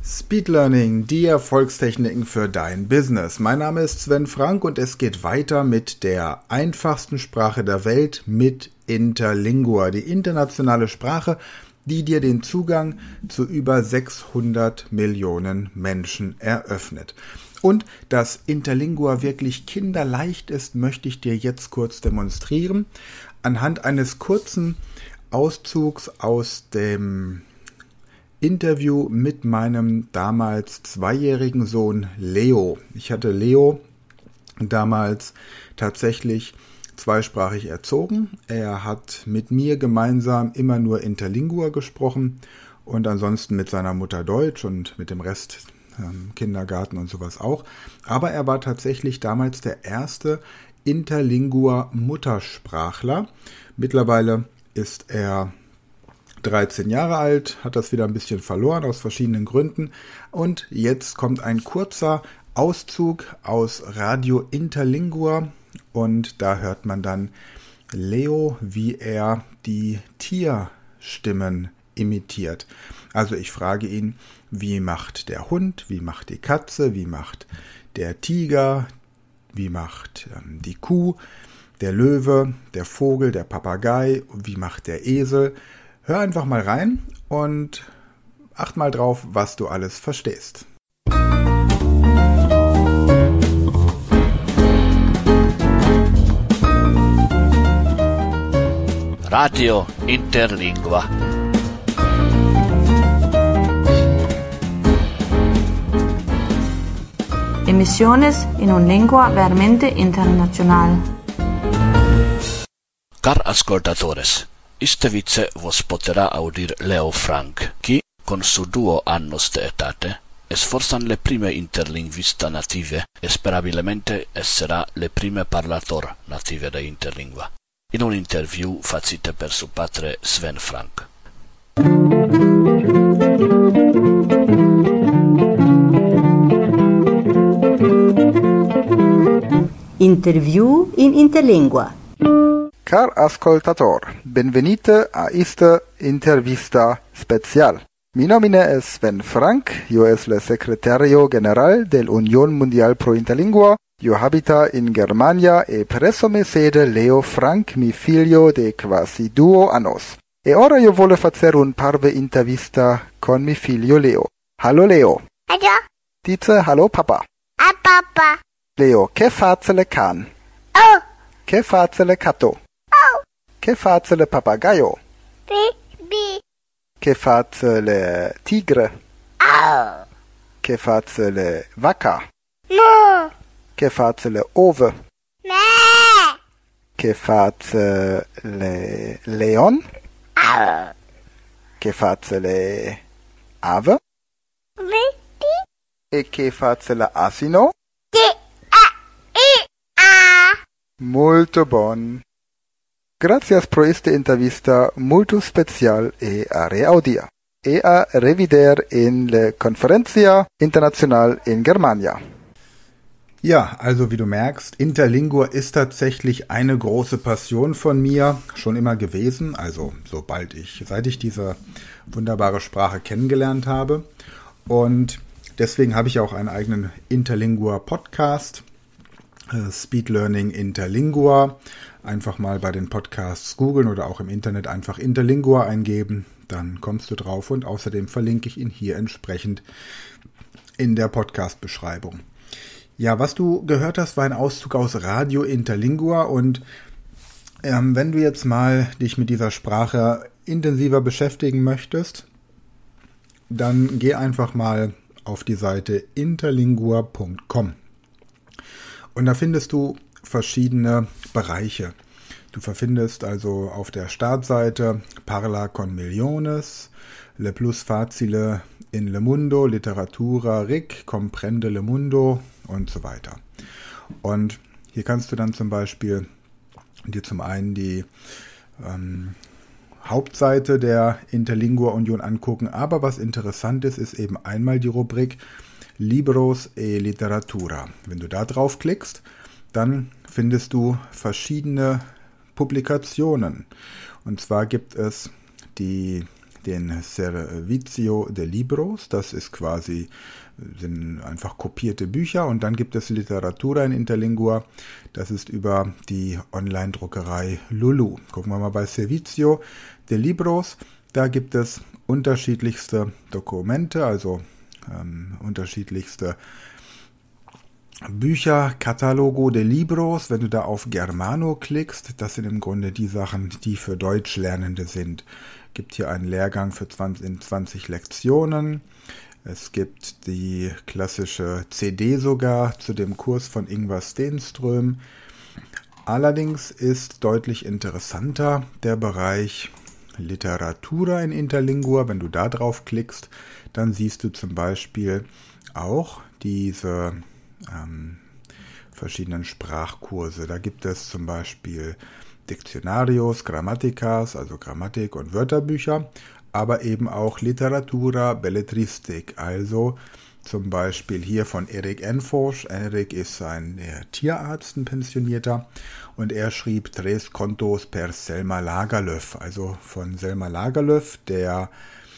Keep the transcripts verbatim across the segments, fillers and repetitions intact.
Speed Learning, die Erfolgstechniken für dein Business. Mein Name ist Sven Frank und es geht weiter mit der einfachsten Sprache der Welt, mit Interlingua, die internationale Sprache, die dir den Zugang zu über sechshundert Millionen Menschen eröffnet. Und dass Interlingua wirklich kinderleicht ist, möchte ich dir jetzt kurz demonstrieren. Anhand eines kurzen Auszugs aus dem Interview mit meinem damals zweijährigen Sohn Leo. Ich hatte Leo damals tatsächlich zweisprachig erzogen. Er hat mit mir gemeinsam immer nur Interlingua gesprochen und ansonsten mit seiner Mutter Deutsch und mit dem Rest ähm, Kindergarten und sowas auch. Aber er war tatsächlich damals der erste Interlingua-Muttersprachler. Mittlerweile ist er dreizehn Jahre alt, hat das wieder ein bisschen verloren aus verschiedenen Gründen. Und jetzt kommt ein kurzer Auszug aus Radio Interlingua und da hört man dann Leo, wie er die Tierstimmen imitiert. Also ich frage ihn, wie macht der Hund, wie macht die Katze, wie macht der Tiger, wie macht ähm, die Kuh, der Löwe, der Vogel, der Papagei, wie macht der Esel. Hör einfach mal rein und acht mal drauf, was du alles verstehst. Radio Interlingua. Emisiones in una lingua veramente internazionale. Car ascoltatores, iste vice vos potera audir Leo Frank, qui, con su duo annos de etate, es forsan le prime interlingvista native, esperabilemente essera le prime parlator native de interlingua. In un interview facite per su patre Sven Frank. Interview in Interlingua. Car ascoltator, benvenite a esta intervista special. Mi nomine es Sven Frank, yo es el secretario general del Unión Mundial Pro Interlingua, yo habita in Germania e presso me sede Leo Frank, mi figlio de quasi duo annos. E ora io vole facer un parve intervista con mi figlio Leo. Hallo Leo. Hallo. Dice hallo Papa. Ah, Papa. Leo, che face le can? Oh. Che face le catto? Oh. Che face le papagaio? Bi, bi. Che face le tigre? Oh. Che face le vacca? Mo. Che face le ove? Me. Che face le leon? Oh. Che face le ave? Vedi? E che face le asino? Di, a, i, a. Molto bon. Gracias pro esta intervista molto special e a reaudia. E a revider in la Conferencia Internacional in Germania. Ja, also wie du merkst, Interlingua ist tatsächlich eine große Passion von mir, schon immer gewesen, also sobald ich, seit ich diese wunderbare Sprache kennengelernt habe. Und deswegen habe ich auch einen eigenen Interlingua-Podcast, äh, Speed Learning Interlingua. Einfach mal bei den Podcasts googeln oder auch im Internet einfach Interlingua eingeben, dann kommst du drauf und außerdem verlinke ich ihn hier entsprechend in der Podcast-Beschreibung. Ja, was du gehört hast, war ein Auszug aus Radio Interlingua und ähm, wenn du jetzt mal dich mit dieser Sprache intensiver beschäftigen möchtest, dann geh einfach mal auf die Seite interlingua punkt com und da findest du verschiedene Bereiche. Du findest also auf der Startseite Parla con millones, le plus facile in le mundo, literatura ric, comprende le mundo und so weiter. Und hier kannst du dann zum Beispiel dir zum einen die ähm, Hauptseite der Interlingua Union angucken, aber was interessant ist, ist eben einmal die Rubrik Libros e Literatura. Wenn du da drauf klickst, dann findest du verschiedene Publikationen. Und zwar gibt es die den Servizio de Libros, das ist quasi, sind einfach kopierte Bücher, und dann gibt es Literatura in Interlingua, das ist über die Online-Druckerei Lulu. Gucken wir mal bei Servizio de Libros, da gibt es unterschiedlichste Dokumente, also ähm, unterschiedlichste Bücher, Catalogo de Libros. Wenn du da auf Germano klickst, das sind im Grunde die Sachen, die für Deutschlernende sind. Es gibt hier einen Lehrgang für zwanzig, in zwanzig Lektionen. Es gibt die klassische C D sogar zu dem Kurs von Ingvar Stenström. Allerdings ist deutlich interessanter der Bereich Literatura in Interlingua. Wenn du da drauf klickst, dann siehst du zum Beispiel auch diese ähm, verschiedenen Sprachkurse. Da gibt es zum Beispiel Dictionarios, Grammaticas, also Grammatik und Wörterbücher, aber eben auch Literatura, Belletristik, also zum Beispiel hier von Erik Enforsch. Erik ist ein Tierarzt, ein Pensionierter, und er schrieb Tres Contos per Selma Lagerlöf, also von Selma Lagerlöf, der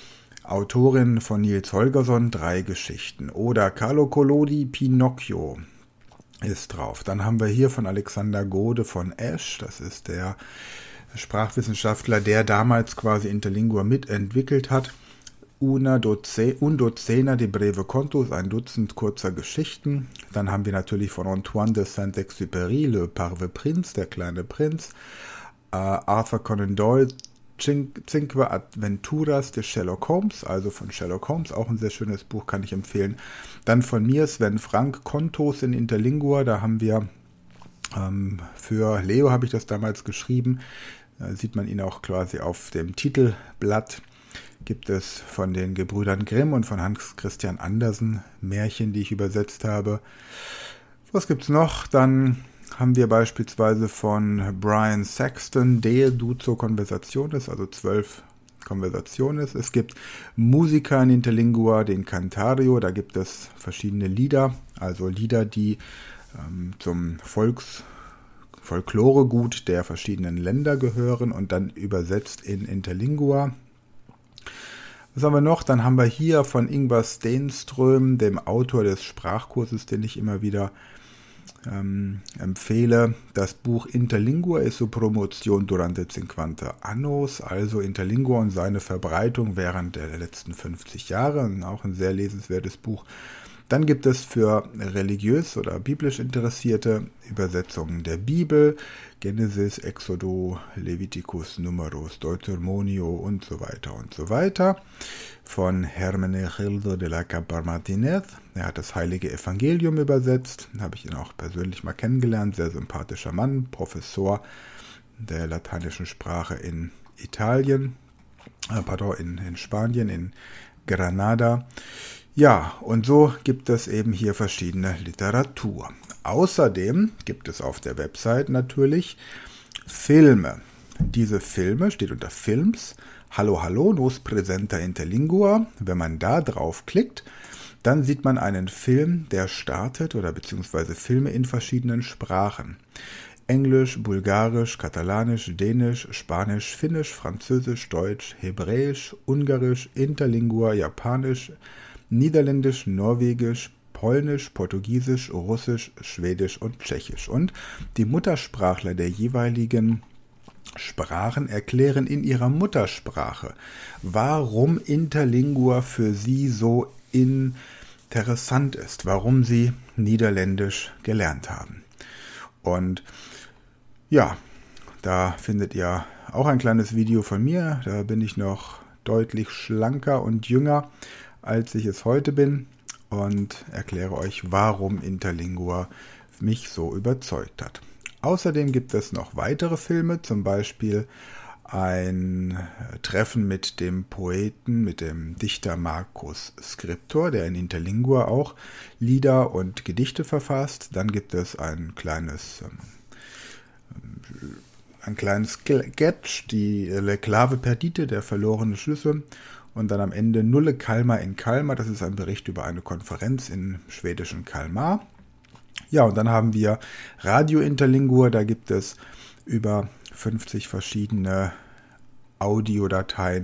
Autorin von Nils Holgersson, drei Geschichten. Oder Carlo Collodi, Pinocchio ist drauf. Dann haben wir hier von Alexander Gode von Esch, das ist der Sprachwissenschaftler, der damals quasi Interlingua mitentwickelt hat. Una doce, un docena de breve contos, ein Dutzend kurzer Geschichten. Dann haben wir natürlich von Antoine de Saint-Exupéry, Le Parve Prince, der kleine Prinz. Uh, Arthur Conan Doyle, Cinque Aventuras de Sherlock Holmes, also von Sherlock Holmes, auch ein sehr schönes Buch, kann ich empfehlen. Dann von mir Sven Frank, Contos in Interlingua, da haben wir ähm, für Leo habe ich das damals geschrieben, da sieht man ihn auch quasi auf dem Titelblatt. Gibt es von den Gebrüdern Grimm und von Hans Christian Andersen Märchen, die ich übersetzt habe. Was gibt's noch? Dann haben wir beispielsweise von Brian Saxton De Duzo Conversaciones, also zwölf Conversaciones. Es gibt Musica in Interlingua, den Cantario, da gibt es verschiedene Lieder, also Lieder, die ähm, zum Volks Folkloregut der verschiedenen Länder gehören und dann übersetzt in Interlingua. Was haben wir noch? Dann haben wir hier von Ingvar Stenström, dem Autor des Sprachkurses, den ich immer wieder ähm, empfehle, das Buch Interlingua e su promozione durante cinquanta annos, also Interlingua und seine Verbreitung während der letzten fünfzig Jahre, auch ein sehr lesenswertes Buch. Dann gibt es für religiös oder biblisch Interessierte Übersetzungen der Bibel, Genesis, Exodo, Leviticus, Numerus, Deuteronomio und so weiter und so weiter. Von Hermenegildo de la Campa Martinez. Er hat das Heilige Evangelium übersetzt. Habe ich ihn auch persönlich mal kennengelernt. Sehr sympathischer Mann, Professor der lateinischen Sprache in Italien, äh, pardon, in, in Spanien, in Granada. Ja, und so gibt es eben hier verschiedene Literatur. Außerdem gibt es auf der Website natürlich Filme. Diese Filme steht unter Films. Hallo, hallo, nos presenta Interlingua. Wenn man da drauf klickt, dann sieht man einen Film, der startet oder beziehungsweise Filme in verschiedenen Sprachen. Englisch, Bulgarisch, Katalanisch, Dänisch, Spanisch, Finnisch, Französisch, Deutsch, Hebräisch, Ungarisch, Interlingua, Japanisch, Niederländisch, Norwegisch, Polnisch, Portugiesisch, Russisch, Schwedisch und Tschechisch. Und die Muttersprachler der jeweiligen Sprachen erklären in ihrer Muttersprache, warum Interlingua für sie so interessant ist, warum sie Niederländisch gelernt haben. Und ja, da findet ihr auch ein kleines Video von mir. Da bin ich noch deutlich schlanker und jünger, als ich es heute bin, und erkläre euch, warum Interlingua mich so überzeugt hat. Außerdem gibt es noch weitere Filme, zum Beispiel ein Treffen mit dem Poeten, mit dem Dichter Marcus Scriptor, der in Interlingua auch Lieder und Gedichte verfasst. Dann gibt es ein kleines ein kleines Sketch, die Le Clave Perdite, der verlorene Schlüssel. Und dann am Ende Nulle Kalmar in Kalmar, das ist ein Bericht über eine Konferenz in schwedischen Kalmar. Ja, und dann haben wir Radio Interlingua, da gibt es über fünfzig verschiedene Audiodateien,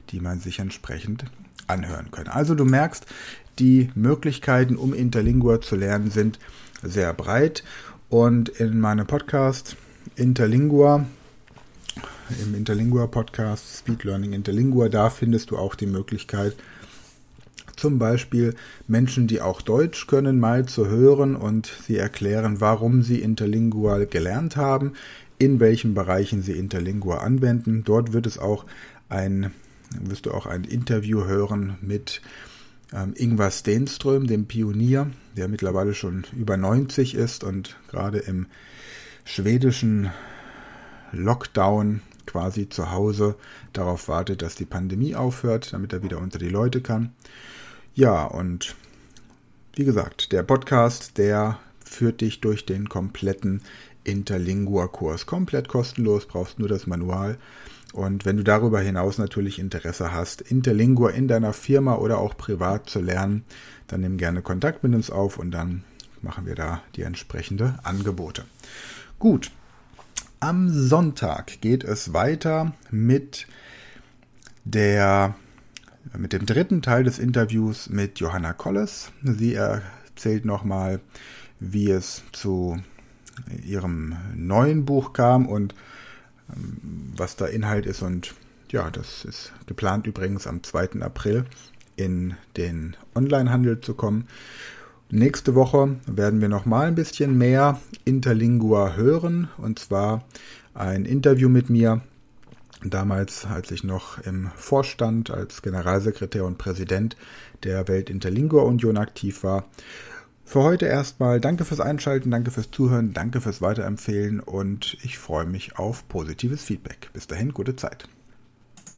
die man sich entsprechend anhören kann. Also du merkst, die Möglichkeiten, um Interlingua zu lernen, sind sehr breit. Und in meinem Podcast Interlingua, im Interlingua-Podcast Speed Learning Interlingua, da findest du auch die Möglichkeit, zum Beispiel Menschen, die auch Deutsch können, mal zu hören und sie erklären, warum sie Interlingua gelernt haben, in welchen Bereichen sie Interlingua anwenden. Dort wird es auch ein, wirst du auch ein Interview hören mit ähm, Ingvar Stenström, dem Pionier, der mittlerweile schon über neunzig ist und gerade im schwedischen Lockdown quasi zu Hause darauf wartet, dass die Pandemie aufhört, damit er wieder unter die Leute kann. Ja, und wie gesagt, der Podcast, der führt dich durch den kompletten Interlingua-Kurs. Komplett kostenlos, brauchst nur das Manual. Und wenn du darüber hinaus natürlich Interesse hast, Interlingua in deiner Firma oder auch privat zu lernen, dann nimm gerne Kontakt mit uns auf und dann machen wir da die entsprechenden Angebote. Gut, am Sonntag geht es weiter mit der mit dem dritten Teil des Interviews mit Johanna Kolles. Sie erzählt nochmal, wie es zu ihrem neuen Buch kam und was da Inhalt ist. Und ja, das ist geplant übrigens am zweiten April in den Onlinehandel zu kommen. Nächste Woche werden wir nochmal ein bisschen mehr Interlingua hören, und zwar ein Interview mit mir. Damals, als ich noch im Vorstand als Generalsekretär und Präsident der Welt-Interlingua-Union aktiv war. Für heute erstmal danke fürs Einschalten, danke fürs Zuhören, danke fürs Weiterempfehlen und ich freue mich auf positives Feedback. Bis dahin, gute Zeit.